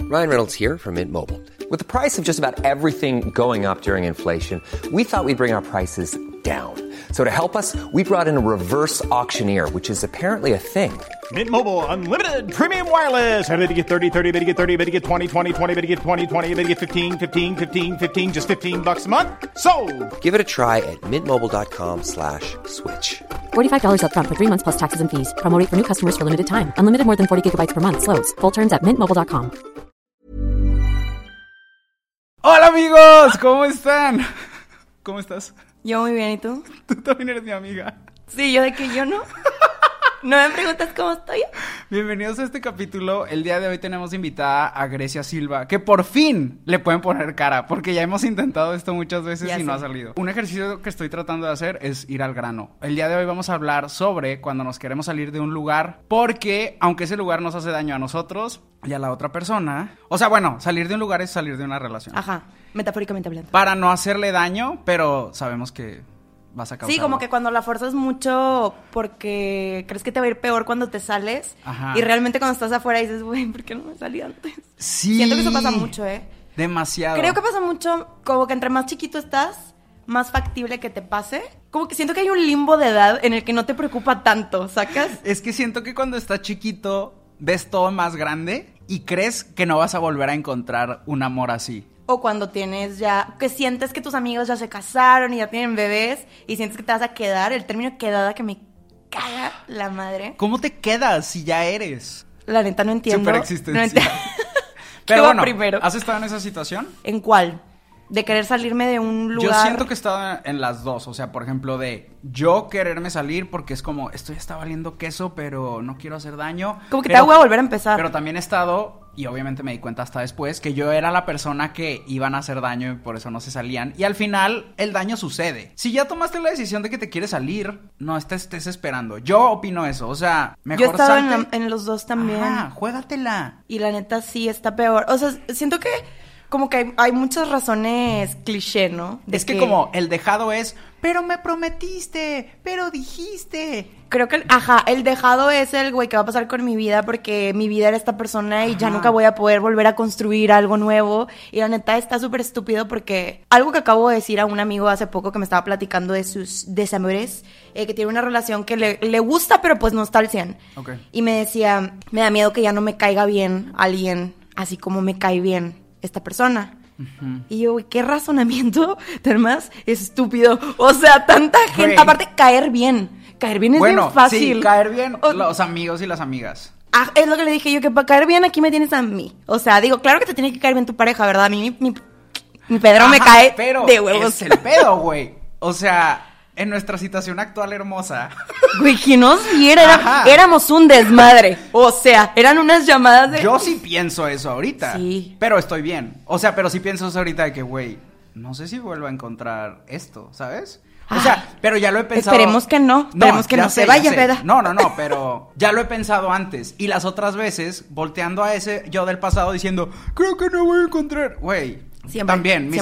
Ryan Reynolds here from Mint Mobile. With the price of just about everything going up during inflation, we thought we'd bring our prices down. So to help us, we brought in a reverse auctioneer, which is apparently a thing. Mint Mobile Unlimited Premium Wireless. How to get 30, 30, how to get 30, how to get 20, 20, 20, how to get 20, 20, how to get 15, 15, 15, 15, just $15 a month? Sold! Give it a try at mintmobile.com/switch. $45 up front for 3 months plus taxes and fees. Promo rate for new customers for limited time. Unlimited more than 40 gigabytes per month. Slows full terms at mintmobile.com. Hola amigos, ¿cómo están? ¿Cómo estás? Yo muy bien, ¿y tú? Tú también eres mi amiga. Sí, yo de que yo no. ¿No me preguntas cómo estoy? Bienvenidos a este capítulo. El día de hoy tenemos invitada a Grecia Silva, que por fin le pueden poner cara, porque ya hemos intentado esto muchas veces y no ha salido. Un ejercicio que estoy tratando de hacer es ir al grano. El día de hoy vamos a hablar sobre cuando nos queremos salir de un lugar, porque aunque ese lugar nos hace daño a nosotros y a la otra persona, o sea, bueno, salir de un lugar es salir de una relación. Ajá, metafóricamente hablando. Para no hacerle daño, pero sabemos que vas a causarlo. Sí, como que cuando la forzas mucho porque crees que te va a ir peor cuando te sales. Ajá. Y realmente cuando estás afuera dices, güey, ¿por qué no me salí antes? Sí. Siento que eso pasa mucho, Demasiado. Creo que pasa mucho, como que entre más chiquito estás, más factible que te pase. Como que siento que hay un limbo de edad en el que no te preocupa tanto, ¿sacas? Es que siento que cuando estás chiquito ves todo más grande y crees que no vas a volver a encontrar un amor así. O cuando tienes ya, que sientes que tus amigos ya se casaron y ya tienen bebés y sientes que te vas a quedar. El término quedada que me caga la madre. ¿Cómo te quedas si ya eres? La neta no entiendo. Súper existencial. No entiendo. Pero bueno, primero? ¿has estado en esa situación? ¿En cuál? De querer salirme de un lugar. Yo siento que he estado en las dos. O sea, por ejemplo, de yo quererme salir porque es como, esto ya está valiendo queso, pero no quiero hacer daño. Como que te voy a volver a empezar. Pero también he estado, y obviamente me di cuenta hasta después, que yo era la persona que iban a hacer daño y por eso no se salían. Y al final, el daño sucede. Si ya tomaste la decisión de que te quieres salir, no estés esperando. Yo opino eso. O sea, mejor yo estaba salte. en los dos también. Ah, juégatela. Y la neta sí está peor. O sea, siento que como que hay muchas razones cliché, ¿no? Es que como el dejado es, pero me prometiste, pero dijiste. Creo que, el dejado es el güey que va a pasar con mi vida porque mi vida era esta persona y ya nunca voy a poder volver a construir algo nuevo. Y la neta está súper estúpido porque algo que acabo de decir a un amigo hace poco que me estaba platicando de sus desamores, que tiene una relación que le gusta, pero pues no está al 100. Okay. Y me decía, me da miedo que ya no me caiga bien alguien así como me cae bien esta persona. Uh-huh. Y yo, güey, qué razonamiento tan más estúpido. O sea, tanta gente. Aparte, caer bien. Caer bien es bien fácil. Sí, caer bien los amigos y las amigas. Es lo que le dije yo, que para caer bien aquí me tienes a mí. O sea, digo, claro que te tiene que caer bien tu pareja, ¿verdad? A mí mi Pedro me cae pero de huevos. Es el pedo, güey. O sea, en nuestra situación actual hermosa. Güey, que nos viera, éramos un desmadre. O sea, eran unas llamadas de... Yo sí pienso eso ahorita. Sí. Pero estoy bien. O sea, pero sí pienso eso ahorita de que, güey, no sé si vuelvo a encontrar esto, ¿sabes? O sea, pero ya lo he pensado. Esperemos que no. Esperemos que no se vaya, ¿verdad? No, pero ya lo he pensado antes. Y las otras veces, volteando a ese yo del pasado diciendo, creo que no voy a encontrar. Güey, siempre, también,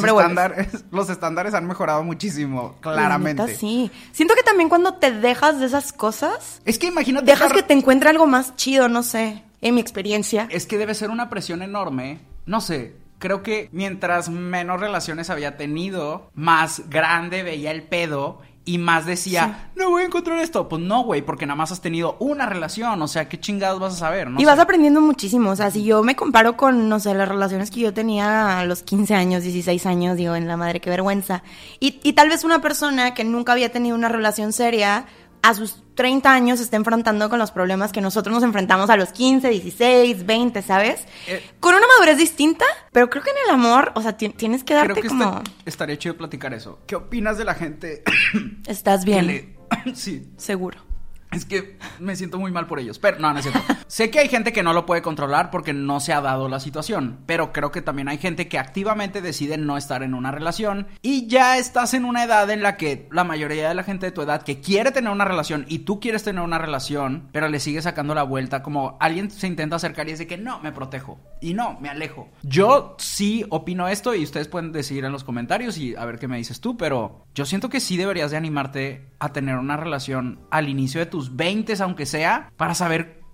los estándares han mejorado muchísimo, claramente. La neta, sí. Siento que también cuando te dejas de esas cosas, es que imagínate. Dejas que te encuentre algo más chido, no sé, en mi experiencia. Es que debe ser una presión enorme, no sé. Creo que mientras menos relaciones había tenido, más grande veía el pedo y más decía, no voy a encontrar esto. Pues no, güey, porque nada más has tenido una relación, o sea, ¿qué chingados vas a saber? No y sé. Vas aprendiendo muchísimo, o sea, si yo me comparo con, no sé, las relaciones que yo tenía a los 15 años, 16 años, digo, en la madre, qué vergüenza. Y tal vez una persona que nunca había tenido una relación seria, a sus 30 años se está enfrentando con los problemas que nosotros nos enfrentamos a los 15, 16, 20, ¿sabes? Con una madurez distinta, pero creo que en el amor, o sea, tienes que darte como... Creo que estaría chido platicar eso. ¿Qué opinas de la gente? ¿Estás bien? Sí. Seguro. Es que me siento muy mal por ellos. Pero no es cierto. Sé que hay gente que no lo puede controlar porque no se ha dado la situación. Pero creo que también hay gente que activamente decide no estar en una relación. Y ya estás en una edad en la que la mayoría de la gente de tu edad que quiere tener una relación y tú quieres tener una relación, pero le sigue sacando la vuelta. Como alguien se intenta acercar y es de que no, me protejo. Y no, me alejo. Yo sí opino esto y ustedes pueden decidir en los comentarios y a ver qué me dices tú. Pero yo siento que sí deberías de animarte a tener una relación al inicio de tus 20s, aunque sea, para saber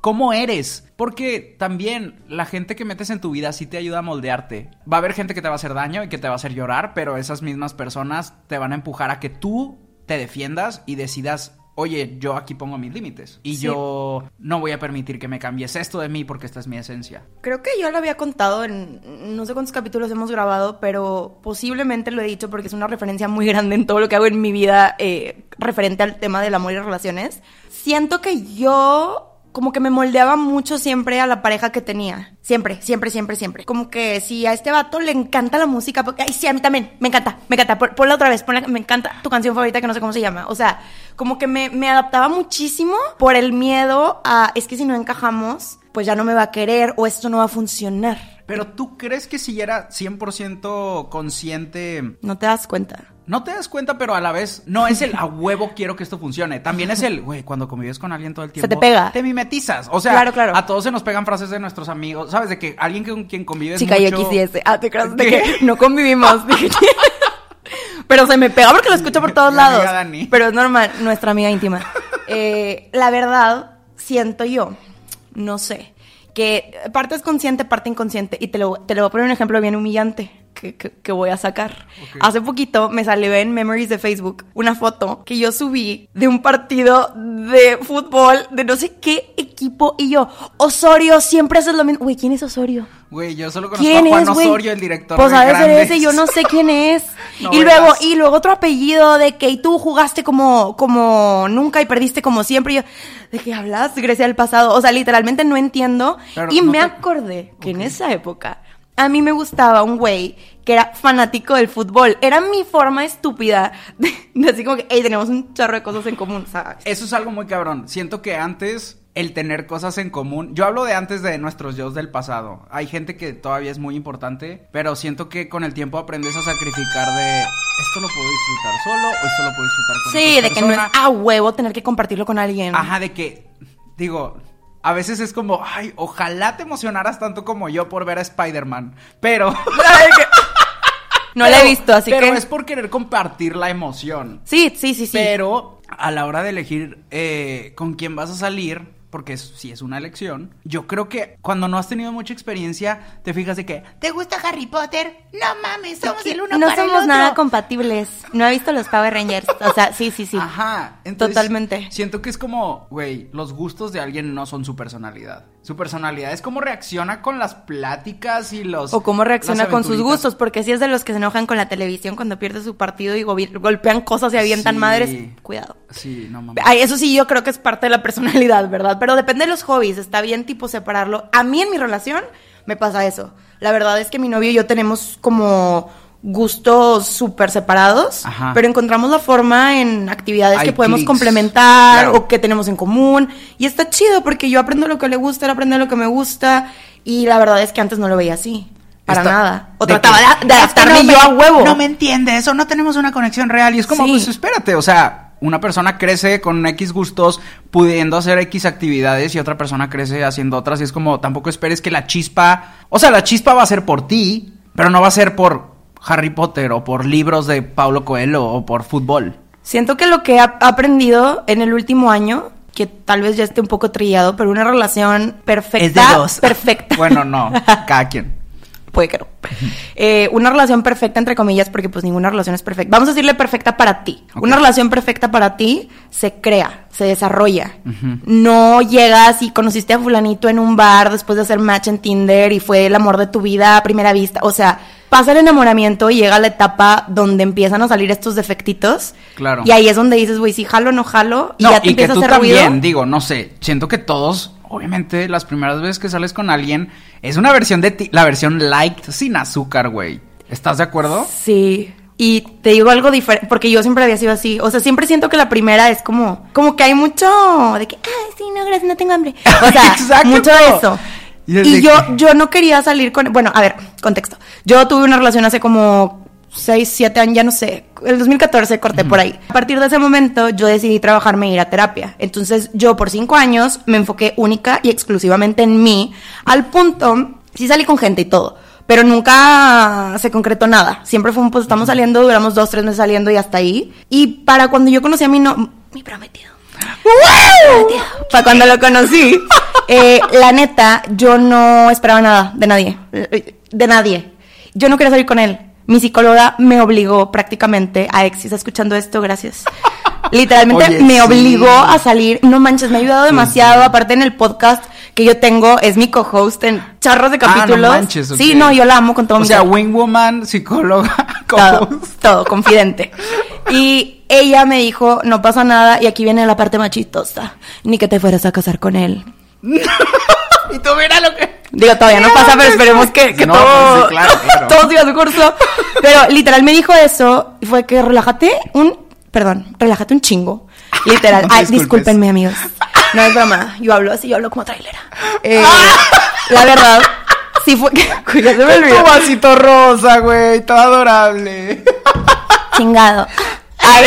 cómo eres. Porque también la gente que metes en tu vida sí te ayuda a moldearte. Va a haber gente que te va a hacer daño y que te va a hacer llorar, pero esas mismas personas te van a empujar a que tú te defiendas y decidas... Oye, yo aquí pongo mis límites y yo no voy a permitir que me cambies esto de mí porque esta es mi esencia. Creo que yo lo había contado en no sé cuántos capítulos hemos grabado, pero posiblemente lo he dicho porque es una referencia muy grande en todo lo que hago en mi vida referente al tema del amor y relaciones. Siento que yo como que me moldeaba mucho siempre a la pareja que tenía. Siempre. Como que si a este vato le encanta la música, porque, ay, sí, a mí también, me encanta. Ponla otra vez, me encanta tu canción favorita que no sé cómo se llama. O sea, como que me adaptaba muchísimo por el miedo a, es que si no encajamos, pues ya no me va a querer o esto no va a funcionar. Pero ¿tú crees que si era 100% consciente? No te das cuenta. No te das cuenta, pero a la vez no es el a huevo quiero que esto funcione. También es el, güey, cuando convives con alguien todo el tiempo... Se te pega. Te mimetizas. O sea, claro. A todos se nos pegan frases de nuestros amigos. ¿Sabes? De que alguien con quien convives Chica, mucho... yo quisiese. Te creas de que no convivimos. Pero se me pega porque lo escucho por todos lados. Amiga Dani. Pero es normal, nuestra amiga íntima. La verdad, siento yo, no sé, que parte es consciente, parte inconsciente. Y te lo voy a poner un ejemplo bien humillante que voy a sacar. Okay. Hace poquito me salió en Memories de Facebook una foto que yo subí de un partido de fútbol de no sé qué equipo y yo, Osorio, siempre haces lo mismo. Güey, ¿quién es Osorio? Güey, yo solo conozco a Juan Osorio, el director pues de Grandes. Pues a veces ese, yo no sé quién es. No, y luego otro apellido de que y tú jugaste como nunca y perdiste como siempre. Y yo, ¿de qué hablas? Grecia del pasado. O sea, literalmente no entiendo. Pero y no me acordé que en esa época a mí me gustaba un güey que era fanático del fútbol. Era mi forma estúpida de así como que, hey, tenemos un chorro de cosas en común, ¿sabes? Eso es algo muy cabrón. Siento que antes... el tener cosas en común. Yo hablo de antes de nuestros yo's del pasado. Hay gente que todavía es muy importante, pero siento que con el tiempo aprendes a sacrificar de... ¿Esto lo puedo disfrutar solo o esto lo puedo disfrutar con otra persona? Sí, de que no es a huevo tener que compartirlo con alguien. Ajá, de que... Digo... A veces es como... Ay, ojalá te emocionaras tanto como yo por ver a Spider-Man. Pero... No la he visto, así que... Pero es por querer compartir la emoción. Sí. Pero a la hora de elegir con quién vas a salir... porque si es una elección, yo creo que cuando no has tenido mucha experiencia, te fijas de que, ¿te gusta Harry Potter? No mames, somos el uno no para el otro. No somos nada compatibles. No he visto los Power Rangers. O sea, sí. Ajá. Entonces, totalmente. Siento que es como, güey, los gustos de alguien no son su personalidad. Su personalidad es cómo reacciona con las pláticas y los... O cómo reacciona con sus gustos, porque si es de los que se enojan con la televisión cuando pierde su partido y golpean cosas y avientan madres, cuidado. Sí, no mames. Ay, eso sí yo creo que es parte de la personalidad, ¿verdad? Pero depende de los hobbies, está bien tipo separarlo. A mí en mi relación me pasa eso. La verdad es que mi novio y yo tenemos como gustos súper separados, ajá, pero encontramos la forma en actividades que podemos complementar, claro, o que tenemos en común. Y está chido porque yo aprendo lo que le gusta, él aprende lo que me gusta. Y la verdad es que antes no lo veía así. Para nada. O trataba de adaptarme yo a huevo. No me entiendes, o no tenemos una conexión real. Y es como, pues espérate, o sea, una persona crece con X gustos pudiendo hacer X actividades y otra persona crece haciendo otras. Y es como, tampoco esperes que la chispa... O sea, la chispa va a ser por ti, pero no va a ser por Harry Potter o por libros de Paulo Coelho o por fútbol. Siento que lo que he aprendido en el último año, que tal vez ya esté un poco trillado, pero una relación perfecta... Es de dos. Perfecta. Bueno, no, cada quien. Puede que no. Una relación perfecta, entre comillas, porque pues ninguna relación es perfecta. Vamos a decirle perfecta para ti. Okay. Una relación perfecta para ti se crea, se desarrolla. Uh-huh. No llegas y conociste a fulanito en un bar después de hacer match en Tinder y fue el amor de tu vida a primera vista. O sea, pasa el enamoramiento y llega la etapa donde empiezan a salir estos defectitos. Claro. Y ahí es donde dices, güey, si jalo o no jalo. Y no, ya te empieza a hacer ruido. También, digo, no sé, siento que todos... Obviamente, las primeras veces que sales con alguien es una versión de ti, la versión light sin azúcar, güey. ¿Estás de acuerdo? Sí. Y te digo algo diferente, porque yo siempre había sido así. O sea, siempre siento que la primera es como que hay mucho de que, ay, sí, no, gracias, no tengo hambre. O sea, exacto, mucho de eso. Y yo no quería salir con... Bueno, a ver, contexto. Yo tuve una relación hace como 6, 7 años, ya no sé, el 2014 corté por ahí. A partir de ese momento yo decidí trabajarme e ir a terapia. Entonces yo por 5 años me enfoqué única y exclusivamente en mí, al punto, sí salí con gente y todo, pero nunca se concretó nada. Siempre fue pues estamos saliendo, duramos 2, 3 meses saliendo y hasta ahí. Y para cuando yo conocí a mi prometido, Para cuando lo conocí, la neta, yo no esperaba nada de nadie. De nadie. Yo no quería salir con él. Mi psicóloga me obligó prácticamente a si está escuchando esto, gracias. Literalmente Oye, me sí. obligó a salir. No manches, me ha ayudado demasiado. Aparte en el podcast que yo tengo, es mi co-host en charros de capítulos. no manches, Sí, ok. no, yo la amo con todo mi O sea, ser. wingwoman, psicóloga, Todo, confidente. Y ella me dijo, no pasa nada, y aquí viene la parte más chistosa. Ni que te fueras a casar con él. Y tú mira lo que... Digo, todavía no pasa, pero esperemos que No, todo, pues sí, claro. todo siga su curso. Pero literal me dijo eso, y fue que relájate un chingo. Literal. No te Ay, disculpes. discúlpenme, amigos. No es broma. Yo hablo así, yo hablo como trailera. La verdad, sí fue que... Ya se me olvidó. Tu vasito rosa, güey, todo adorable. Chingado. Ay,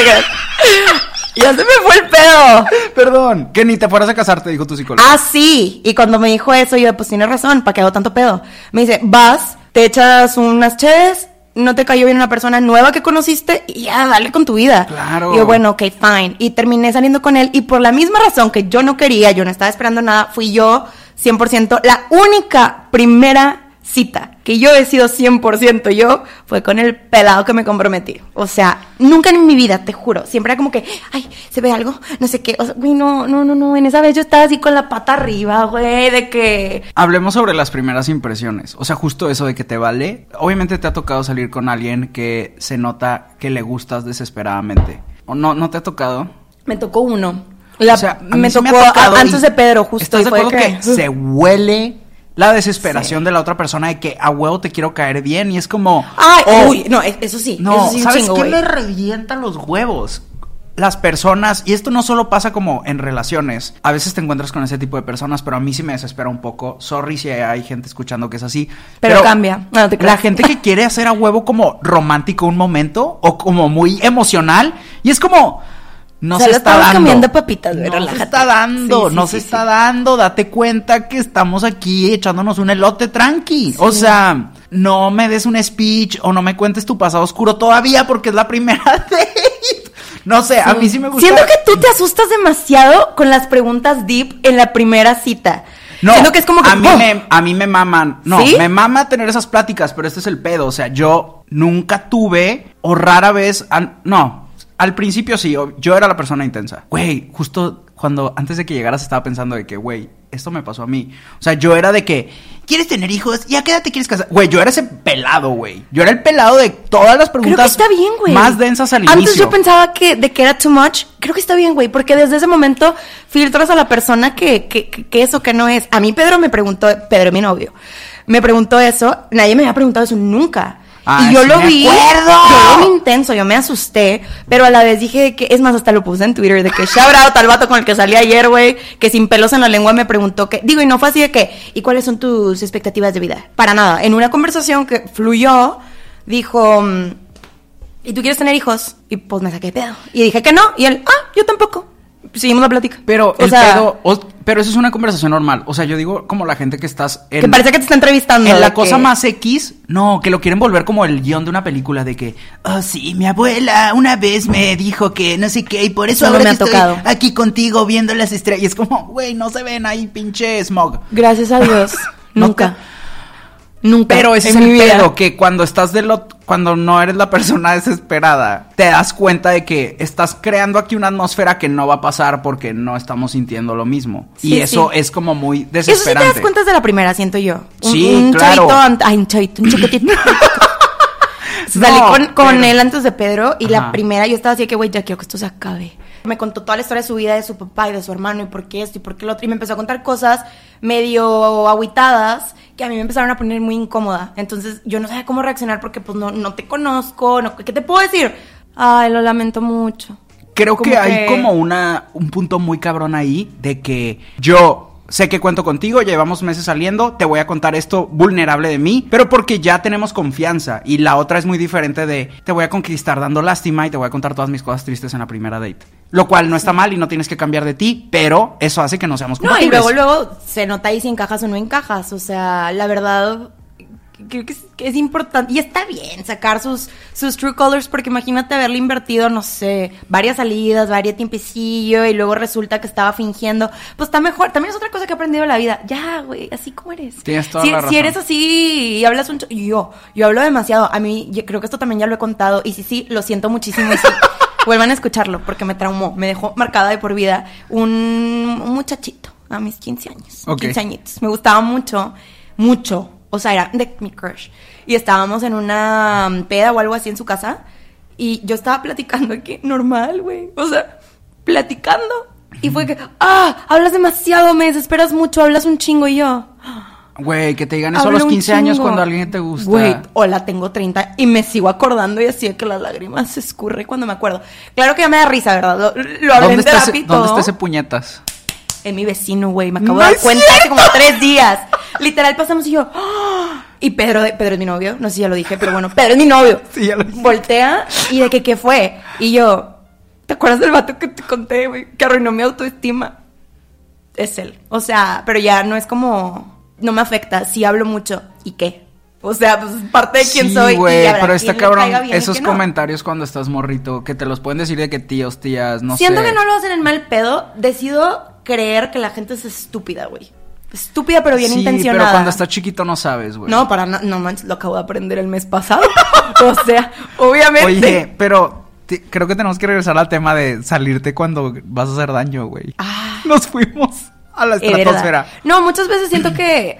ya se me fue el pedo. Perdón, que ni te fueras a casar, te dijo tu psicólogo. Ah, sí. Y cuando me dijo eso, yo, pues tienes razón, ¿para qué hago tanto pedo? Me dice, vas, te echas unas cheves, no te cayó bien una persona nueva que conociste y ya, dale con tu vida. Claro. Y yo, bueno, ok, fine. Y terminé saliendo con él y por la misma razón que yo no quería, yo no estaba esperando nada, fui yo 100%, la única primera cita que yo he sido 100% yo fue con el pelado que me comprometí. O sea, nunca en mi vida, te juro, siempre era como que, ay, ¿se ve algo? No sé qué. O sea, güey, no, en esa vez yo estaba así con la pata arriba, güey, de que... Hablemos sobre las primeras impresiones. O sea, justo eso de que te vale. Obviamente te ha tocado salir con alguien que se nota que le gustas desesperadamente. ¿O no te ha tocado? Me tocó uno. O sea, a mí me sí tocó ha tocado antes y de Pedro, justo. ¿Estás Y de fue acuerdo que se huele la desesperación de la otra persona de que a huevo te quiero caer bien? Y es como... Ay, oh, uy, no, eso sí. no, eso sí, un ¿sabes chingo, qué güey. me revienta los huevos? Las personas, y esto no solo pasa como en relaciones, a veces te encuentras con ese tipo de personas, pero a mí sí me desespera un poco. Sorry si hay gente escuchando que es así. Pero cambia. No te creas. La gente que quiere hacer a huevo como romántico un momento, o como muy emocional, y es como... No O sea, se lo está estamos dando. cambiando papitas, güey, No se relájate. está dando, Sí, no sí, se sí, está sí. dando. Date cuenta que estamos aquí echándonos un elote tranqui. O sea, no me des un speech o no me cuentes tu pasado oscuro todavía porque es la primera date. No sé, a mí sí me gusta. Siento que tú te asustas demasiado con las preguntas deep en la primera cita. No, Siento que es como que... a mí me maman. No, ¿Sí? me mama tener esas pláticas, pero este es el pedo. O sea, yo nunca tuve, o rara vez, no, al principio sí, yo era la persona intensa. Güey, justo cuando, antes de que llegaras estaba pensando de que, güey, esto me pasó a mí. O sea, yo era de que, ¿quieres tener hijos? ¿Y a qué edad te quieres casar? Güey, yo era ese pelado, güey. Yo era el pelado de todas las Creo preguntas que está bien, güey. más densas al Antes inicio. yo pensaba de que era too much. Creo que está bien, güey, porque desde ese momento filtras a la persona que es o que no es. A mí Pedro me preguntó, Pedro, mi novio, me preguntó eso. Nadie me había preguntado eso nunca. Ah, Y yo sí lo me vi, acuerdo. yo lo vi intenso, yo me asusté, pero a la vez dije que, es más, hasta lo puse en Twitter, de que shout out al vato con el que salí ayer, güey, que sin pelos en la lengua me preguntó que, digo, y no fue así de que, ¿y cuáles son tus expectativas de vida? Para nada, en una conversación que fluyó, dijo, ¿y tú quieres tener hijos? Y pues me saqué de pedo, y dije que no, y él, yo tampoco. Seguimos la plática. Pero O el sea, pedo, pero eso es una conversación normal. O sea, yo digo como la gente que estás en... que parece que te está entrevistando. En de la cosa que- más X, no, que lo quieren volver como el guión de una película de que, oh sí, mi abuela una vez me dijo que no sé qué y por eso Eso no ahora me que ha estoy tocado. aquí contigo viendo las estrellas. Y es como, güey, no se ven ahí, pinche smog. Gracias a Dios, No nunca. te- Nunca. Pero ese es en el mi vida. pedo, que cuando estás cuando no eres la persona desesperada, te das cuenta de que estás creando aquí una atmósfera que no va a pasar porque no estamos sintiendo lo mismo. Sí, y eso sí. es como muy Eso sí te desesperante. das cuenta de la primera, siento yo. Sí, claro. Un chiquitito. Salí No, con pero- él antes de Pedro y la Ajá. primera yo estaba así de que, güey, ya quiero que esto se acabe. Me contó toda la historia de su vida, de su papá y de su hermano y por qué esto y por qué lo otro. Y me empezó a contar cosas medio agüitadas que a mí me empezaron a poner muy incómoda. Entonces yo no sabía cómo reaccionar porque pues no te conozco. ¿Qué te puedo decir? Ay, lo lamento mucho. Creo Como que hay que- como un punto muy cabrón ahí de que yo sé que cuento contigo, llevamos meses saliendo, te voy a contar esto vulnerable de mí, pero porque ya tenemos confianza. Y la otra es muy diferente de te voy a conquistar dando lástima y te voy a contar todas mis cosas tristes en la primera date. Lo cual no está mal y no tienes que cambiar de ti, pero eso hace que no seamos No, y compatibles. luego se nota ahí si encajas o no encajas. O sea, la verdad, creo que es importante. Y está bien sacar sus true colors, porque imagínate haberle invertido, no sé, varias salidas, varios tiempecillo, y luego resulta que estaba fingiendo. Pues está mejor. También es otra cosa que he aprendido en la vida. Ya, güey, así como eres. Tienes toda la razón. Si eres así y hablas yo hablo demasiado. A mí, yo creo que esto también ya lo he contado. Y sí, lo siento muchísimo. Y sí, vuelvan a escucharlo, porque me traumó. Me dejó marcada de por vida un muchachito a mis 15 años. Okay. 15 añitos. Me gustaba mucho. O sea, era de mi crush. Y estábamos en una peda o algo así en su casa. Y yo estaba platicando aquí, normal, güey. O sea, platicando. Y fue que, hablas demasiado, me desesperas mucho, hablas un chingo. Y yo, güey, que te digan eso a los 15 años cuando alguien te gusta. Güey, hola, tengo 30 y me sigo acordando y así de que las lágrimas se escurren cuando me acuerdo. Claro que ya me da risa, ¿verdad? Lo hablé en terapia y todo. ¿Dónde está ese puñetas? En mi vecino, güey, me acabo de dar cuenta hace como 3 días. Literal pasamos y yo, y Pedro es mi novio, no sé si ya lo dije, pero bueno, Pedro es mi novio. Sí, ya lo dije. Voltea y de que ¿qué fue? Y yo, ¿te acuerdas del vato que te conté, güey? Que arruinó mi autoestima. Es él. O sea, pero ya no es como, no me afecta, sí hablo mucho. ¿Y qué? O sea, pues parte de quién soy. Sí, güey, pero está cabrón esos comentarios cuando estás morrito, que te los pueden decir de que tíos, tías, no sé. Siento que no lo hacen en mal pedo, decido creer que la gente es estúpida, güey. Estúpida, pero bien intencionada. Pero cuando estás chiquito no sabes, güey. No, no manches, lo acabo de aprender el mes pasado. O sea, obviamente. Oye, pero creo que tenemos que regresar al tema de salirte cuando vas a hacer daño, güey. Nos fuimos a la estratosfera. No, muchas veces siento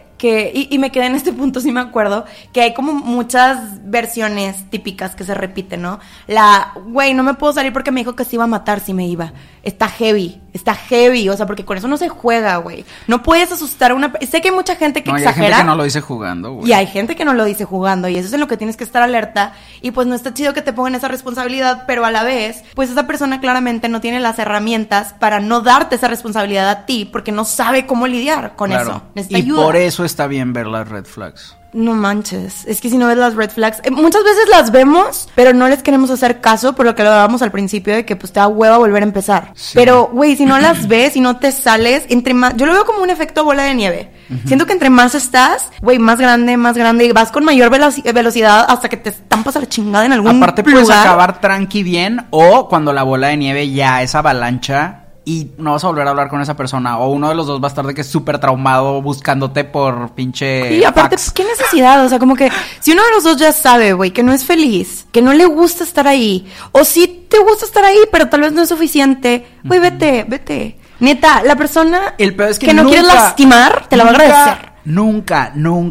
y me quedé en este punto, sí me acuerdo, que hay como muchas versiones típicas que se repiten, ¿no? Güey, no me puedo salir porque me dijo que se iba a matar si me iba. Está heavy, o sea, porque con eso no se juega, güey. No puedes asustar a una... Sé que hay mucha gente que exagera. Hay gente que no lo dice jugando, güey. Y hay gente que no lo dice jugando, y eso es en lo que tienes que estar alerta, y pues no está chido que te pongan esa responsabilidad, pero a la vez, pues esa persona claramente no tiene las herramientas para no darte esa responsabilidad a ti, porque no sabe cómo lidiar con eso. Necesita ayuda. Y por eso está bien ver las red flags. No manches, es que si no ves las red flags, muchas veces las vemos, pero no les queremos hacer caso por lo que lo hablábamos al principio de que pues te da hueva volver a empezar. Sí. Pero, güey, si no las ves y no te sales, entre más, yo lo veo como un efecto bola de nieve. Siento que entre más estás, güey, más grande, y vas con mayor velocidad hasta que te estampas a la chingada en algún lugar. Aparte puedes acabar tranqui bien, o cuando la bola de nieve ya es avalancha y no vas a volver a hablar con esa persona, o uno de los dos va a estar de que es súper traumado buscándote por pinche y aparte, fax. ¿Qué necesidad? O sea, como que si uno de los dos ya sabe, güey, que no es feliz, que no le gusta estar ahí, o sí te gusta estar ahí, pero tal vez no es suficiente, güey, vete. Neta, la persona el peor es que no quieres lastimar, te la va a agradecer. Nunca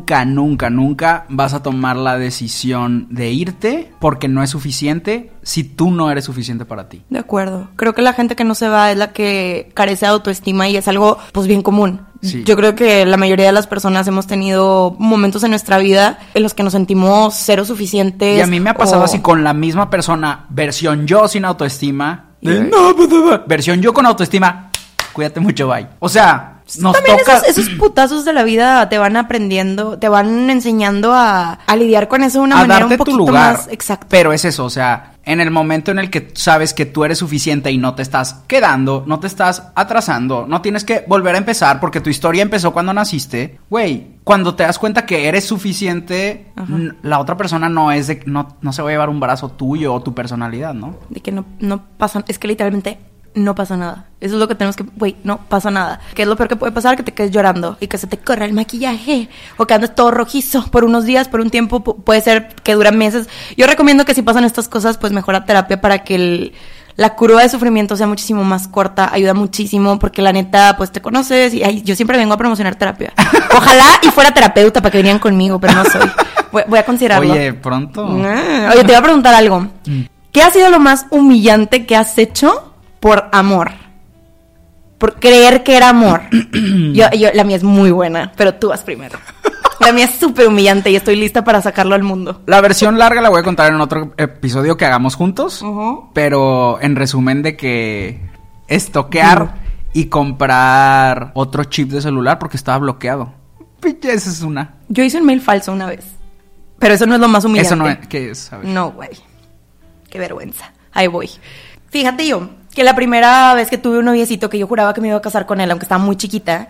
vas a tomar la decisión de irte porque no es suficiente si tú no eres suficiente para ti. De acuerdo. Creo que la gente que no se va es la que carece de autoestima y es algo, pues, bien común. Sí. Yo creo que la mayoría de las personas hemos tenido momentos en nuestra vida en los que nos sentimos cero suficientes. Y a mí me ha pasado así con la misma persona, versión yo sin autoestima. Versión yo con autoestima. Cuídate mucho, bye. O sea... También esos putazos de la vida te van aprendiendo, te van enseñando a lidiar con eso de una manera un poquito más exacta. Pero es eso, o sea, en el momento en el que sabes que tú eres suficiente y no te estás quedando, no te estás atrasando, no tienes que volver a empezar porque tu historia empezó cuando naciste, güey, cuando te das cuenta que eres suficiente, la otra persona no se va a llevar un brazo tuyo o tu personalidad, ¿no? De que no pasa, es que literalmente... no pasa nada. Eso es lo que tenemos que... Güey, no pasa nada. ¿Qué es lo peor que puede pasar? Que te quedes llorando y que se te corra el maquillaje o que andes todo rojizo por unos días, por un tiempo. Puede ser que dura meses. Yo recomiendo que si pasan estas cosas, pues mejor a terapia para que la curva de sufrimiento sea muchísimo más corta. Ayuda muchísimo porque la neta, pues te conoces y yo siempre vengo a promocionar terapia. Ojalá y fuera terapeuta para que vinieran conmigo, pero no soy. Voy a considerarlo. Oye, pronto. Oye, te voy a preguntar algo. ¿Qué ha sido lo más humillante que has hecho por amor? Por creer que era amor. La mía es muy buena, pero tú vas primero. La mía es súper humillante y estoy lista para sacarlo al mundo. La versión larga la voy a contar en otro episodio que hagamos juntos. Pero en resumen de que estoquear y comprar otro chip de celular porque estaba bloqueado. Esa es una. Yo hice un mail falso una vez. Pero eso no es lo más humillante. Eso no es. ¿Qué es? A ver. No, güey. Qué vergüenza. Ahí voy. Fíjate yo que la primera vez que tuve un noviecito que yo juraba que me iba a casar con él, aunque estaba muy chiquita,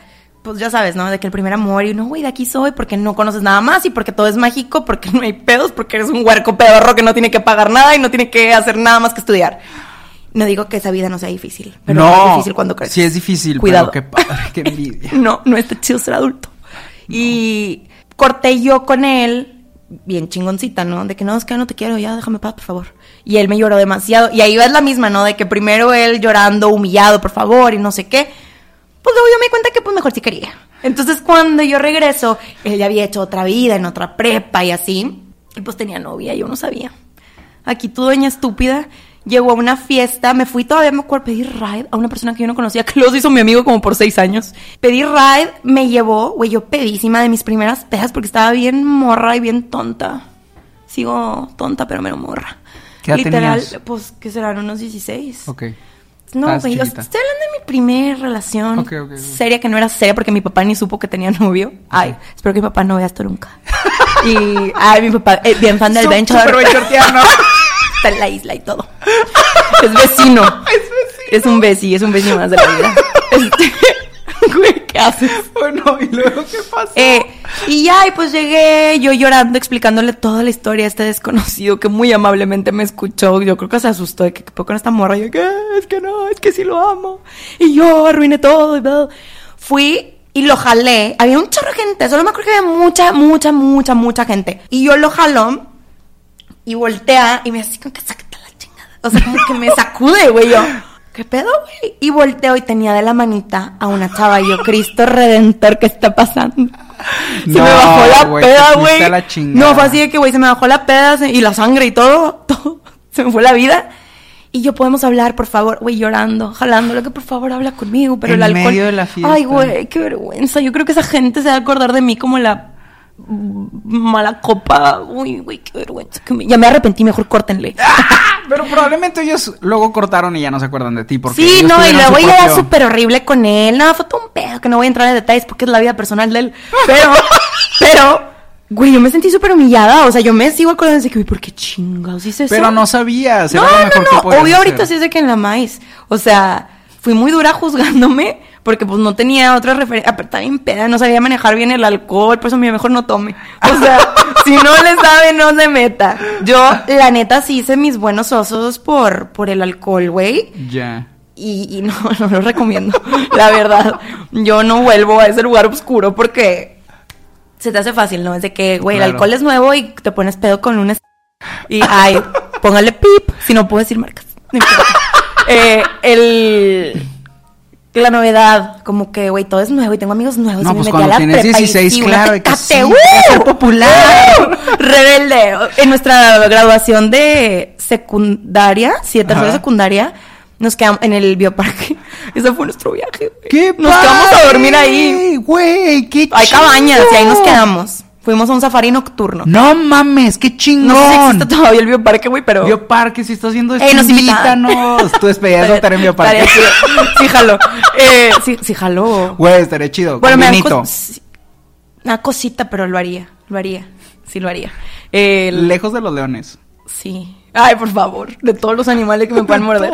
pues ya sabes, ¿no? De que el primer amor y no, güey, de aquí soy porque no conoces nada más y porque todo es mágico, porque no hay pedos, porque eres un huerco pedorro que no tiene que pagar nada y no tiene que hacer nada más que estudiar. No digo que esa vida no sea difícil, pero no es difícil cuando creces. Sí es difícil, cuidado. Pero qué padre, qué envidia. No está chido ser adulto. No. Y corté yo con él, bien chingoncita, ¿no? De que no, es que no te quiero, ya déjame paz, por favor. Y él me lloró demasiado. Y ahí va la misma, ¿no? De que primero él llorando, humillado, por favor, y no sé qué. Pues luego yo me di cuenta que pues mejor sí quería. Entonces cuando yo regreso, él ya había hecho otra vida en otra prepa y así. Y pues tenía novia, yo no sabía. Aquí tu doña estúpida llegó a una fiesta, me fui todavía, me acuerdo, pedí ride a una persona que yo no conocía, que luego se hizo mi amigo como por 6 años. Pedí ride, me llevó, güey, yo pedísima de mis primeras pedas porque estaba bien morra y bien tonta. Sigo tonta, pero menos morra. ¿Qué edad literal, tenías? pues, ¿qué serán? Unos 16. Ok. No, Estabas güey, chiquita. estoy hablando de mi primer relación Ok. seria, que no era seria porque mi papá ni supo que tenía novio. Ay, espero que mi papá no vea esto nunca. Y, ay, mi papá, bien fan del Bencho. Súper benchortiano. Está en la isla y todo. Es vecino. Es un vecino más de la vida. Güey, ¿qué haces? Bueno, ¿y luego qué pasó? Y ya, y pues llegué yo llorando, explicándole toda la historia a este desconocido que muy amablemente me escuchó. Yo creo que se asustó de que qué con esta morra. Y yo, ¿qué? Es que no, es que sí lo amo. Y yo arruiné todo y todo. Fui y lo jalé. Había un chorro de gente. Solo me acuerdo que había mucha gente. Y yo lo jaló y voltea y me hace como que sácate la chingada. O sea, como que me sacude, güey. Yo, ¿qué pedo, güey? Y volteo y tenía de la manita a una chava. Y yo, Cristo Redentor, ¿qué está pasando? Se me bajó la peda, güey. No, fue así de que, güey, se me bajó la peda y la sangre y todo. Se me fue la vida. Y yo, podemos hablar, por favor, güey, llorando, jalándolo, que por favor habla conmigo. Pero el alcohol. En medio de la fiesta. Ay, güey, qué vergüenza. Yo creo que esa gente se va a acordar de mí como la mala copa. Uy, güey, qué vergüenza. Ya me arrepentí, mejor córtenle. Pero probablemente ellos luego cortaron y ya no se acuerdan de ti. Porque sí, ellos no, y tuvieron luego su ella era propio- súper horrible con él. No, fue todo un pedo, que no voy a entrar en detalles porque es la vida personal de él. Pero, güey, yo me sentí súper humillada. O sea, yo me sigo acordando de que, güey, ¿por qué chingados hice eso? Pero no sabías. Era No, lo mejor que podías obvio hacer. ahorita sí es de que en la maíz. O sea, fui muy dura juzgándome porque pues no tenía otra referencia. Aparte, estaba bien peda, no sabía manejar bien el alcohol, por eso mejor no tome. O sea, si no le sabe, no se meta. Yo, la neta, sí hice mis buenos osos por el alcohol, güey. Ya. Y no lo recomiendo, la verdad. Yo no vuelvo a ese lugar oscuro porque se te hace fácil, ¿no? Es de que, güey, Claro. el alcohol es nuevo y te pones pedo con un... Y, ay, póngale pip, si no puedo decir marcas. No importa. La novedad, como que, güey, todo es nuevo y tengo amigos nuevos. No, y me pues metí a cuando la tienes prepa 16, y sí, claro, una y que sí, tecate, vas a ser popular. Rebelde. En nuestra graduación de secundaria, tercero de secundaria, nos quedamos en el bioparque. Ese fue nuestro viaje, güey. ¡Qué Nos quedamos a dormir ahí. Güey, qué Hay chido. cabañas y ahí nos quedamos. Fuimos a un safari nocturno. No mames, qué chingón. No sé si existe todavía el bioparque, güey, pero... Bioparque, si estás viendo esto, nos invitan. invítanos. Tu despedida de soltera en Bioparque. Estaría chido. Sí, jaló. Sí, jaló. Güey, estaría chido. Bueno, Con me da vinito. una cosita, pero lo haría. Sí, lo haría. Lejos de los leones. Sí. Ay, por favor, de todos los animales que me puedan morder.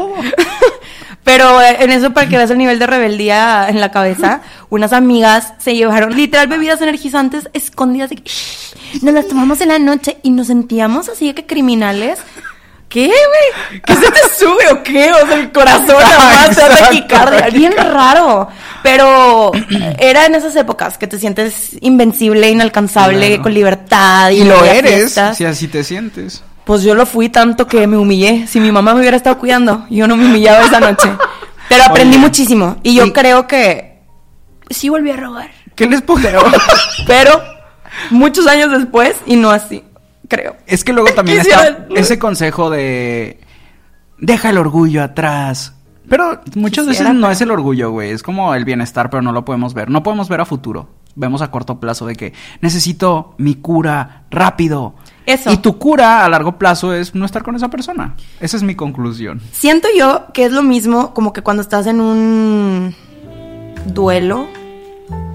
Pero en eso, para que veas el nivel de rebeldía en la cabeza, unas amigas se llevaron literal bebidas energizantes escondidas. De que, "Shh", nos las tomamos en la noche y nos sentíamos así de que criminales. ¿Qué, güey? ¿Qué se te sube o qué? O sea, el corazón nada más te hace taquicardia. Bien raro. Pero era en esas épocas que te sientes invencible, inalcanzable, Claro. con libertad. Y lo había eres, fiestas. si así te sientes. Pues yo lo fui tanto que me humillé. Si mi mamá me hubiera estado cuidando, yo no me humillaba esa noche. Pero aprendí Oye, muchísimo. Y yo y- creo que sí volví a robar. ¿Qué les puedo? Pero muchos años después y no así, creo. Es que luego también Quisiera- está ese consejo de deja el orgullo atrás. Pero muchas Quisiera, veces no pero- es el orgullo, güey. Es como el bienestar, pero no lo podemos ver. No podemos ver a futuro. Vemos a corto plazo de que necesito mi cura rápido. Eso. Y tu cura a largo plazo es no estar con esa persona. Esa es mi conclusión. Siento yo que es lo mismo como que cuando estás en un duelo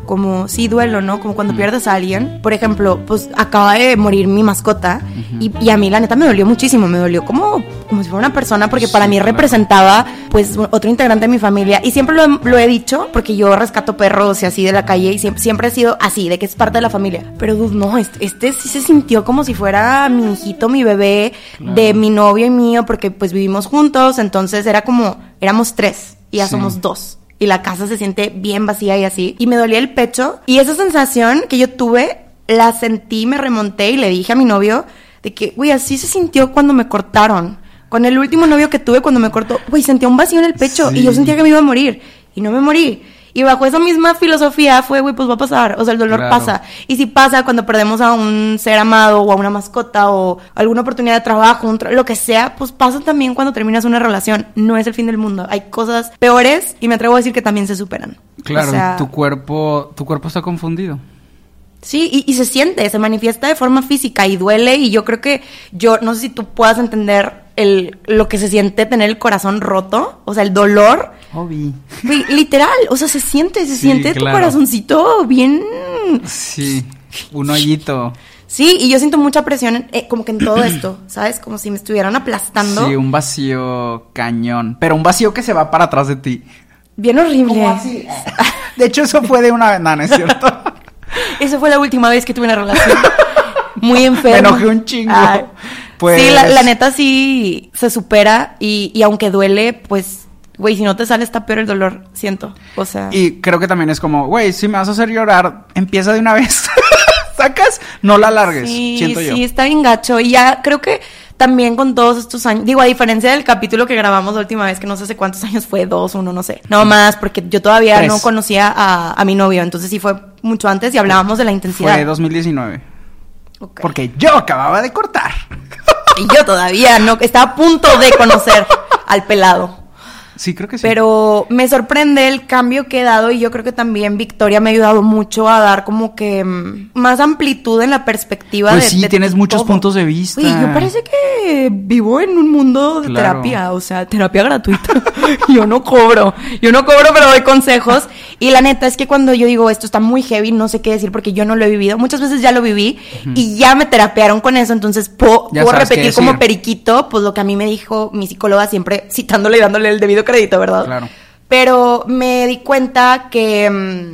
como sí duelo, ¿no? Como cuando pierdes a alguien. Por ejemplo, pues acaba de morir mi mascota y a mí la neta me dolió muchísimo, me dolió como si fuera una persona, porque para mí representaba pues otro integrante de mi familia, y siempre lo he dicho porque yo rescato perros y así de la calle y siempre he sido así, de que es parte de la familia. Pero no, este sí se sintió como si fuera mi hijito, mi bebé, de mi novio y mío, porque pues vivimos juntos, entonces era como, éramos 3 y ya somos 2. Y la casa se siente bien vacía y así. Y me dolía el pecho. Y esa sensación que yo tuve, la sentí, me remonté y le dije a mi novio de que, güey, así se sintió cuando me cortaron. Con el último novio que tuve cuando me cortó, güey, sentía un vacío en el pecho. Sí. Y yo sentía que me iba a morir. Y no me morí. Y bajo esa misma filosofía fue, güey, pues va a pasar. O sea, el dolor pasa. Y si pasa cuando perdemos a un ser amado o a una mascota o alguna oportunidad de trabajo, lo que sea, pues pasa también cuando terminas una relación. No es el fin del mundo. Hay cosas peores y me atrevo a decir que también se superan. Claro, o sea, tu cuerpo está confundido. Sí, y se siente, se manifiesta de forma física y duele. Y yo creo que no sé si tú puedas entender lo que se siente tener el corazón roto, o sea, el dolor. Obvio. Literal, o sea, se siente tu corazoncito bien. Sí, un hoyito. Sí, y yo siento mucha presión como que en todo esto, ¿sabes? Como si me estuvieran aplastando. Sí, un vacío cañón, pero un vacío que se va para atrás de ti. Bien horrible. ¿Cómo así? De hecho, eso fue de una... No, no es cierto. Esa fue la última vez que tuve una relación. Muy enferma. Me enojé un chingo. Ay. Pues... Sí, la neta sí se supera y aunque duele, pues... Güey, si no te sale está peor el dolor, siento, o sea... Y creo que también es como, güey, si me vas a hacer llorar, empieza de una vez. ¿Sacas? No la largues, siento yo. Sí, está bien gacho. Y ya creo que también con todos estos años... Digo, a diferencia del capítulo que grabamos la última vez, que no sé hace cuántos años fue, 2, 1, no sé. No más, porque yo todavía 3. No conocía a mi novio, entonces sí fue mucho antes y hablábamos de la intensidad. Fue 2019. Okay. Porque yo acababa de cortar. Y yo todavía no... Estaba a punto de conocer al pelado. Sí, creo que sí. Pero me sorprende el cambio que he dado y yo creo que también Victoria me ha ayudado mucho a dar como que más amplitud en la perspectiva pues sí, tienes muchos puntos de vista. Oye, yo parece que vivo en un mundo de terapia, o sea, terapia gratuita. Yo no cobro, pero doy consejos. Y la neta es que cuando yo digo esto está muy heavy, no sé qué decir porque yo no lo he vivido. Muchas veces ya lo viví y ya me terapearon con eso, entonces puedo repetir como periquito, pues lo que a mí me dijo mi psicóloga, siempre citándole y dándole el debido crédito, ¿verdad? Claro. Pero me di cuenta que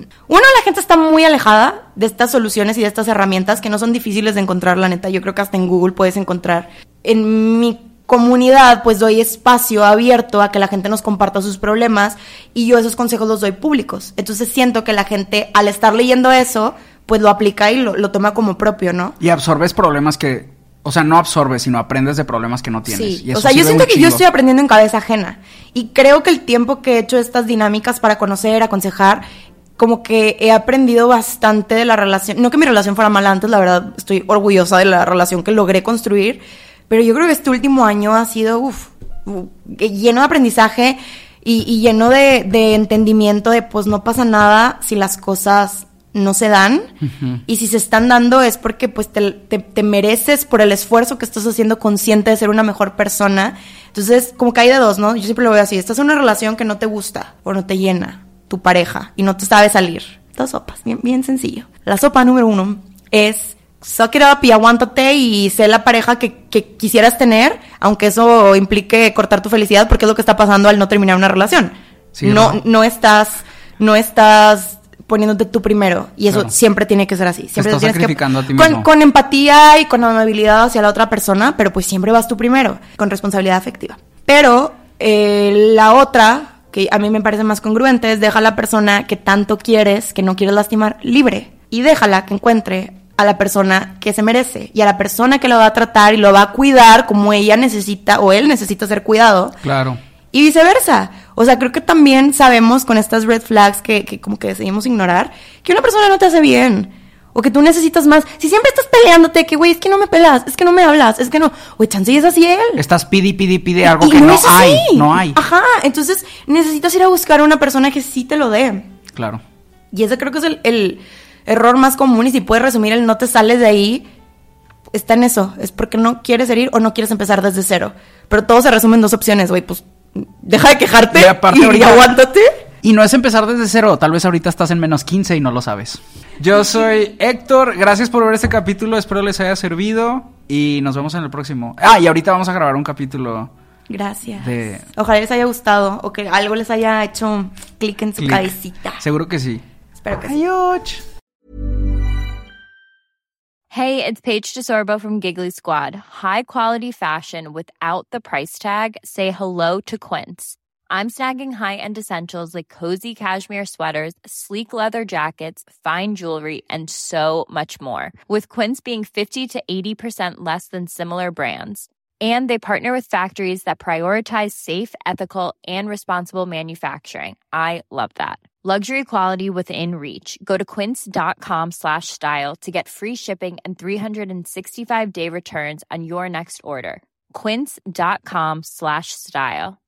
la gente está muy alejada de estas soluciones y de estas herramientas que no son difíciles de encontrar, la neta. Yo creo que hasta en Google puedes encontrar. En mi comunidad, pues doy espacio abierto a que la gente nos comparta sus problemas y yo esos consejos los doy públicos. Entonces siento que la gente, al estar leyendo eso, pues lo aplica y lo toma como propio, ¿no? Y absorbes problemas que... O sea, no absorbes, sino aprendes de problemas que no tienes. Sí, y eso o sea, yo siento que yo estoy aprendiendo en cabeza ajena. Y creo que el tiempo que he hecho estas dinámicas para conocer, aconsejar, como que he aprendido bastante de la relación. No que mi relación fuera mala antes, la verdad, estoy orgullosa de la relación que logré construir. Pero yo creo que este último año ha sido, lleno de aprendizaje y lleno de entendimiento de, pues, no pasa nada si las cosas... no se dan, y si se están dando es porque pues te mereces por el esfuerzo que estás haciendo consciente de ser una mejor persona. Entonces, como que hay de dos, ¿no? Yo siempre lo veo así, estás en una relación que no te gusta o no te llena tu pareja y no te sabe salir. 2 sopas, bien sencillo. La sopa número 1 es suck it up y aguántate y sé la pareja que quisieras tener, aunque eso implique cortar tu felicidad, porque es lo que está pasando al no terminar una relación. Sí, no estás poniéndote tú primero, y eso siempre tiene que ser así. Siempre te estás sacrificando a ti mismo. mismo. Con empatía y con amabilidad hacia la otra persona, pero pues siempre vas tú primero, con responsabilidad afectiva. Pero la otra, que a mí me parece más congruente, es deja a la persona que tanto quieres, que no quieres lastimar, libre, y déjala que encuentre a la persona que se merece, y a la persona que lo va a tratar y lo va a cuidar como ella necesita, o él necesita ser cuidado. Claro. Y viceversa. O sea, creo que también sabemos con estas red flags que como que decidimos ignorar, que una persona no te hace bien. O que tú necesitas más. Si siempre estás peleándote, que güey, es que no me pelas, es que no me hablas, es que no. Güey, chance es así él. Estás pide algo que no hay. No hay. Ajá, entonces necesitas ir a buscar a una persona que sí te lo dé. Claro. Y ese creo que es el error más común, y si puedes resumir el no te sales de ahí, está en eso. Es porque no quieres herir o no quieres empezar desde cero. Pero todo se resume en 2 opciones, güey, pues... Deja de quejarte y aguántate. Y no es empezar desde cero, tal vez ahorita estás en menos 15 y no lo sabes. Yo soy Héctor, gracias por ver este capítulo, espero les haya servido y nos vemos en el próximo. Y ahorita vamos a grabar un capítulo. Gracias. Ojalá les haya gustado o que algo les haya hecho clic en su cabecita. Seguro que sí. Espero que sí. Hey, it's Paige DeSorbo from Giggly Squad. High quality fashion without the price tag. Say hello to Quince. I'm snagging high-end essentials like cozy cashmere sweaters, sleek leather jackets, fine jewelry, and so much more. With Quince being 50 to 80% less than similar brands. And they partner with factories that prioritize safe, ethical, and responsible manufacturing. I love that. Luxury quality within reach. Go to quince.com/style to get free shipping and 365-day returns on your next order. Quince.com/style.